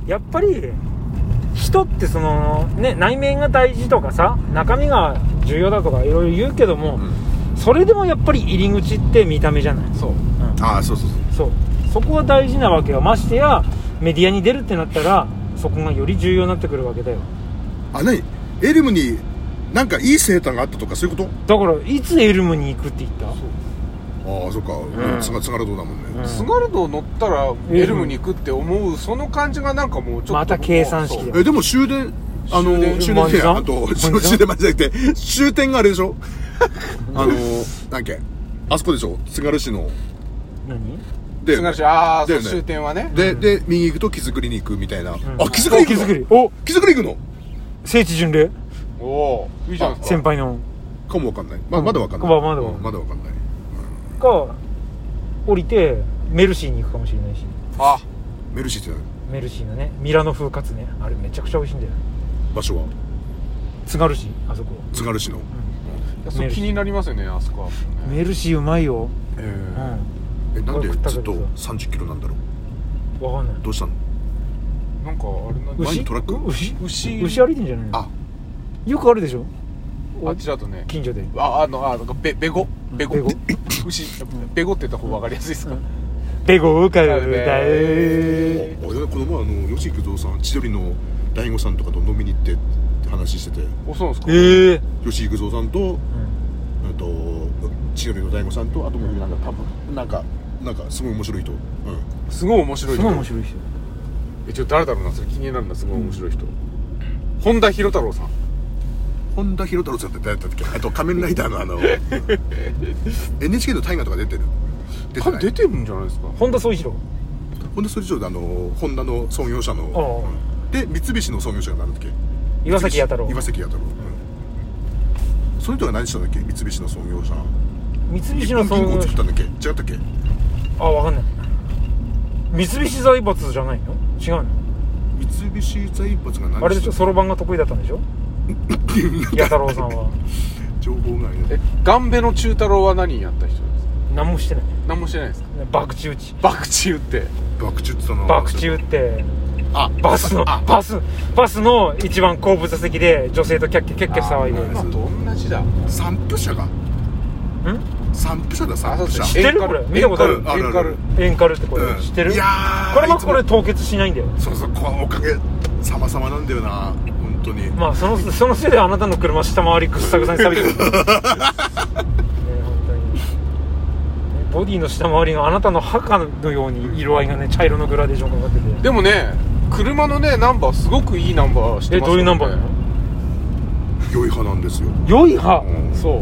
やっぱり人ってそのね、内面が大事とかさ、中身が重要だとかいろいろ言うけども、それでもやっぱり入り口って見た目じゃない。 そう、 そこが大事なわけよ。ましてやメディアに出るってなったらそこがより重要になってくるわけだよ。 何エルムになんかいいセーターがあったとかそういうこと？ だからいつエルムに行くって言った？ そっか、津軽道だもんね。 津軽道乗ったらエルムに行くって思うその感じがなんかもうちょっとまた計算式だよ。 でも終電終電じゃない、あと終電までじゃなくて終点があれでしょなんだっけ、あそこでしょ、津軽市の何で津軽市、そう終点はね。 で右行くと木造りに行くみたいな。木造り行くの？木造り行くの？ 聖地巡礼。 いいじゃん。 先輩のかもわかんない。まだわかんない。 まだわかんない。 か降りてメルシーに行くかもしれないし。 メルシーって何？ メルシーのね、ミラノ風カツね、あれめちゃくちゃ美味しいんだよ。 場所は津軽市、あそこ津軽市の。 そう気になりますよね、あそこは。 メルシーうまいよ。 なんでずっと30キロなんだろう。わかんない。 どうしたの？ なんかあれなん前にトラック？ 牛歩いてんじゃないの？よくあるでしょ、 あっちだとね、 近所で。 ベゴ牛、ベゴって言った方が分かりやすいですか？ ベゴかよ。 この前吉幾三さん、千鳥の大悟さんとかと飲みに行って話してて。 そうなんですか？ 吉幾三さんと千鳥の大悟さんと、あともなんか多分なんかすごい面白い人。 すごい面白い人。 ちょっと誰だろうな、それ気になるんだ。すごい面白い人。本田博太郎さん。 本田博太郎さんって誰だったっけ？あと仮面ライダーのNHK の大河とか出てる？ 出てるんじゃないですか？ 本田宗一郎。 本田宗一郎でホンダの創業者ので、三菱の創業者が何だっけ？ 岩崎弥太郎。 その人が何したんだっけ？三菱の創業者。 三菱の創業者。 銀行作ったんだっけ？違ったっけ？ わかんない。三菱財閥じゃないの？違うの？ 三菱財閥が何？ あれでしょ、そろばんが得意だったんでしょ？弥太郎さんは。 情報がね。 ガンベの中太郎は何やった人ですか？ 何もしてない。 何もしてないですか？ 博打打ち。 博打打って博打打ってバスの一番後部座席で女性とキャッキャ騒いで。 今と同じだ。 散布車が散布車だ。散布車知ってる？これ見たことある？エンカルってこれ知ってる？ いやこれこれ凍結しないんだよ。 そうこのおかげ様々なんだよな、本当に。 まあそのせいであなたの車下回りぐっさぐさに錆びてる。本当にボディの下回りがあなたの墓のように色合いがね、茶色のグラデーションかかってて。 でもね、車のねナンバーすごくいいナンバーしてますよね。 どういうナンバーなの？ 良い派なんですよ。 良い派？ そう。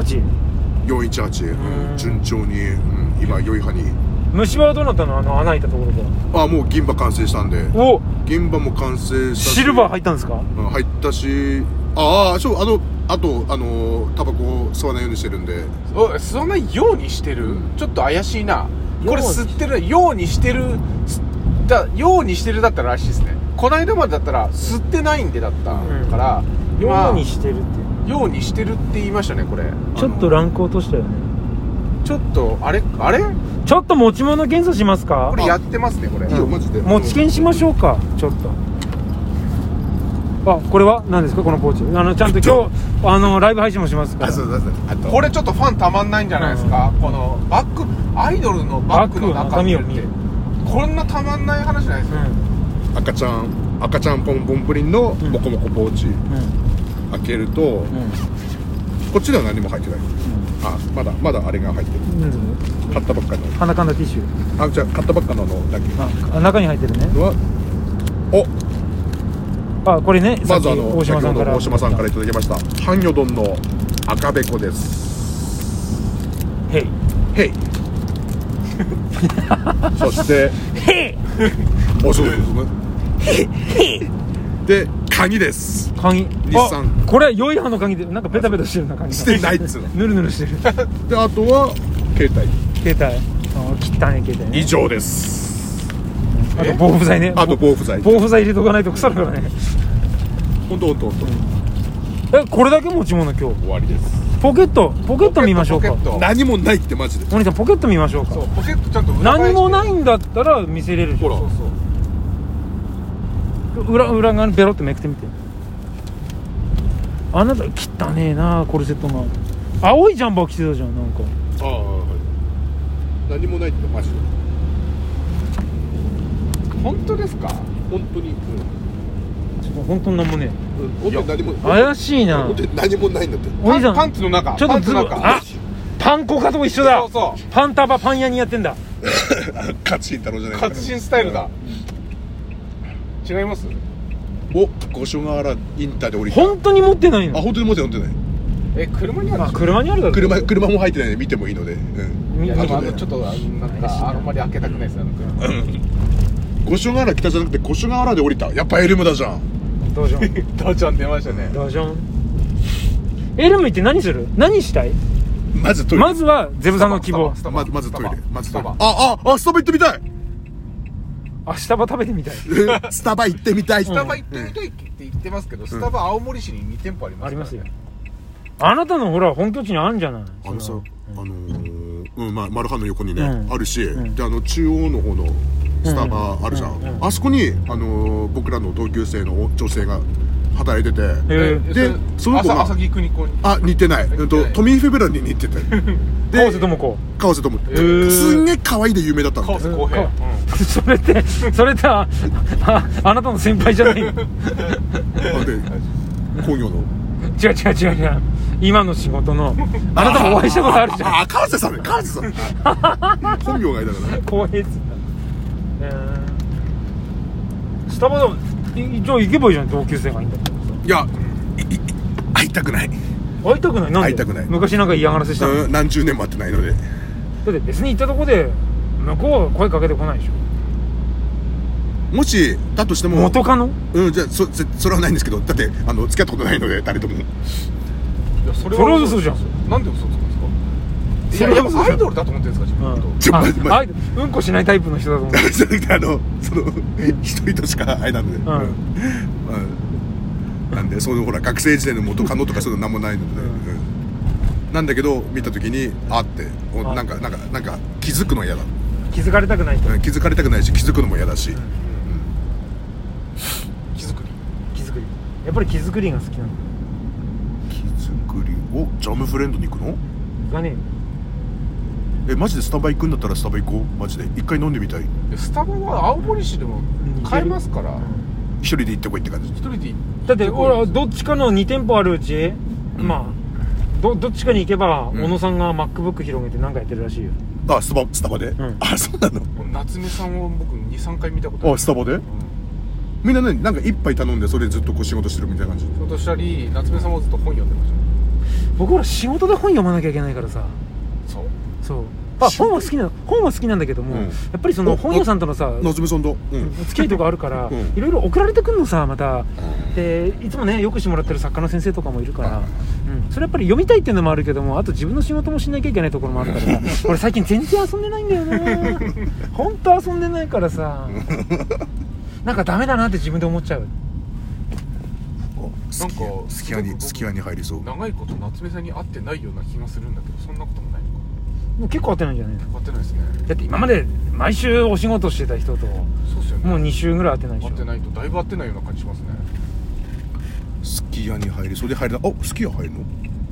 418。順調に今良い派に。 虫歯はどうなったの？穴開いたところで。 もう銀歯完成したんで。銀歯も完成したし。 シルバー入ったんですか？ 入ったし、そうあとタバコ吸わないようにしてるんで。 吸わないようにしてる？ちょっと怪しいな。これ吸ってるようにしてるようにしてるだったららしいですね。この間までだったら吸ってないんでだったから、 ようにしてるってようにしてるって言いましたね。これちょっとランク落としたよね。 ちょっとあれちょっと持ち物検査しますか？ これやってますね。これいいよマジで。 持ち検しましょうか。ちょっとこれは何ですか？このポーチちゃんと今日ライブ配信もしますから。 これちょっとファンたまんないんじゃないですか？このバッグ、アイドルのバッグの中身を見るってこんなたまんない話じゃないですよ。 赤ちゃんポンポンプリンのモコモコポーチ開けると、こっちでは何も入ってない。まだあれが入ってる。買ったばっかの鼻かんだティッシュ。 じゃあ買ったばっかのだけ。 中に入ってるね。これね、 まず大島さんからいただきましたハンギョドンの赤べこです。 ヘイそしてヘイそうですね。 ヘイで鍵です。 鍵。 日産。 これ良い派の鍵でなんかベタベタしてるな鍵。 してないっつうの。 ぬるぬるしてる。 であとは携帯。 汚い携帯ね。 以上です。 あと防腐剤ね。 防腐剤入れとかないと腐るからね。 ほんとこれだけ持ち物今日終わりです。 ポケット見ましょうか。 何もないってマジで。 お兄さんポケット見ましょうか。 そうポケットちゃんと何もないんだったら見せれる。 ほら裏側にベロってめくってみて。あなた汚ねえなコルセットが。青いジャンバー着てたじゃんなんか。 ああ、はい、何もないってマジで本当ですか？ 本当に、 本当になんもね本当に何も怪しいな。 本当に何もないんだって。 お兄さんパンツの中、 ちょっとずあパン粉かと一緒だ。 そうそう、 パンタバパン屋にやってんだ。 カチン太郎じゃないカツシンスタイルだ。違います？ お、五所川原インターで降りた。 本当に持ってないの？ あ、本当に持ってない。 車にあるでしょ？ 車にあるだろ。 車も入ってないんで見てもいいので、 いやでも後でちょっとなんかあんまり開けたくないですよ五所川原北じゃなくて五所川原で降りた。やっぱエルムだじゃん。 どうじゃんドちゃん出ましたね。 どうじゃん。エルム行って何する？何したい？ まずトイレ。 まずはゼブさんの希望。 まずトイレ。まずトイレ。 スタバあ、スタバ行ってみたい。 明日は食べてみたい。 スタバ行ってみたい。 スタバ行ってみたいって言ってますけど、スタバ青森市に2店舗ありますからね。 ありますよ。あなたのほら本拠地にあるんじゃない？ あのさ、マルハンの横にね、あるし、で中央の方のスタバあるじゃん。あそこに僕らの同級生の女性が働いてて、でその子が朝木邦子に似てない。トミー・フェブラに似てて。 川瀬智子。 川瀬智子。すんげえ可愛いで有名だったんだよ。 川瀬公平。 それってあなたの先輩じゃないの？ で工業の。 違う。今の仕事のあなたもお会いしたことあるじゃん。 川瀬さんね、川瀬さん。本名がいたからね。 公平っつんだ。スタバだ。じゃあ行けばいいじゃん、同級生がいいんだったらさ。 いや、会いたくない。 会いたくない？なんで？ 会いたくない。 昔なんか嫌がらせしたの？ 何十年も会ってないので。 だって別に行ったとこで向こうは声かけてこないでしょ。 もしだとしても元カノ？ じゃあそれはないんですけど、だって付き合ったことないので誰とも。いやそれは嘘じゃん。 なんで嘘つくんですか？いやアイドルだと思ってるんですか自分のこと。 うんこしないタイプの人だと思う。 その一人としか会えないので、なんでそのほら学生時代の元カノとかそういうのなんもないので、なんだけど見た時にあってなんか気づくの嫌だ。 気づかれたくないと。 気づかれたくないし気づくのも嫌だし。 気づくり。 やっぱり気づくりが好きなの。 気づくりをジャムフレンドに行くの？ 行かねえよ。マジでスタバ行くんだったらスタバ行こう。マジで一回飲んでみたい。 スタバは青森市でも買えますから。 一人で行ってこいって感じ。 一人で行ってだって俺はどっちかの2店舗あるうち、まあどっちかに行けば小野さんが MacBook 広げて何かやってるらしいよ。 あ、スタバで？あ、そうなの？ 夏目さんを僕 2,3 回見たことある。 あ、スタバで？みんなね、なんか一杯頼んでそれずっとこう仕事してるみたいな感じ。 仕事したり、夏目さんもずっと本読んでました。 僕ら仕事で本読まなきゃいけないからさ。そう本は好きなんだけども、やっぱりその本屋さんとのさ夏目さんと付き合いとかあるからいろいろ送られてくんのさ。またでいつもねよくしてもらってる作家の先生とかもいるから、それやっぱり読みたいっていうのもあるけども、あと自分の仕事もしなきゃいけないところもあるから俺最近全然遊んでないんだよな。本当遊んでないからさなんかダメだなって自分で思っちゃう。 なんかスキヤに入りそう。 長いこと夏目さんに会ってないような気がするんだけど、そんなこともないのか。 もう結構会ってないんじゃないの？ 会ってないですね。 だって今まで毎週お仕事してた人とそうですよね。 もう2週ぐらい会ってないでしょ。 会ってないとだいぶ会ってないような感じしますね。 すき家に入りそうで入れた。すき家入るの？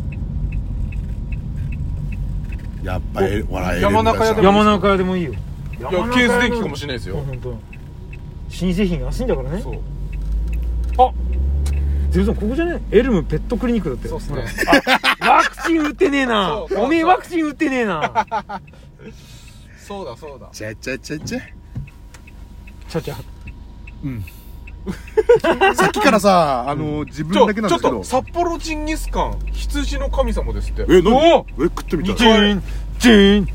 やっぱり笑える。 山中屋でもいいよ。 いやケース電気かもしれないですよ。 本当。新製品安いんだからね。 そう。 ゼブさんここじゃね？エルムペットクリニックだって。 そうっすね。 ワクチン打ってねえな。おめえワクチン打ってねえな。 そうだ。 ちゃ。 ちゃちゃ。 さっきからさ自分だけなんですけど。 ちょっと札幌ジンギスカン羊の神様ですって。 何？食ってみたい。 ジン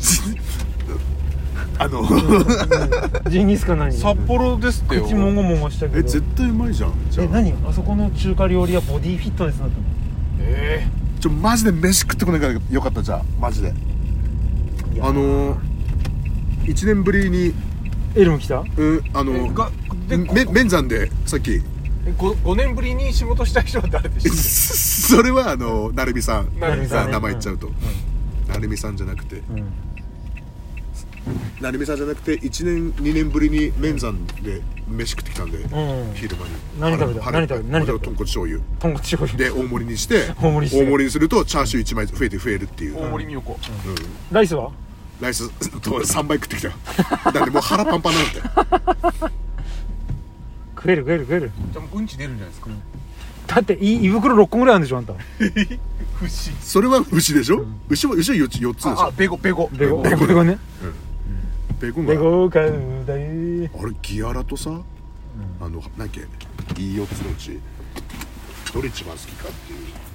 ジンギスカン何？ 札幌ですってよ。 口もごもごしたけど。 絶対うまいじゃん。 何？あそこの中華料理はボディフィットネスだったの？ マジで飯食ってこないからよかったじゃん。マジで1年ぶりにエルム来た？ メンザンでさっき 5年ぶりに仕事した人は誰でしたっけ？ それは成美さん。 成美さんね。 名前言っちゃうと成美さんじゃなくて成美さんじゃなくて1年2年ぶりに麺山で飯食ってきたんで、昼間に何食べた？何食べた？ 豚骨醤油豚骨醤油で大盛りにして大盛りにするとチャーシュー1枚増えるっていう大森美代子。 ライスは？ ライスと3倍食ってきたよ。だってもう腹パンパンなんだって食える。 じゃあもううんち出るんじゃないですか。 だって胃袋6個ぐらいあるんでしょあんた。 牛。 それは牛でしょ、牛は4つでしょ。 ベゴね。 ベゴね。 ベゴがベゴかうだい。 あれギアラとさ、何やっけいい4つのうちどれ一番好きかっていう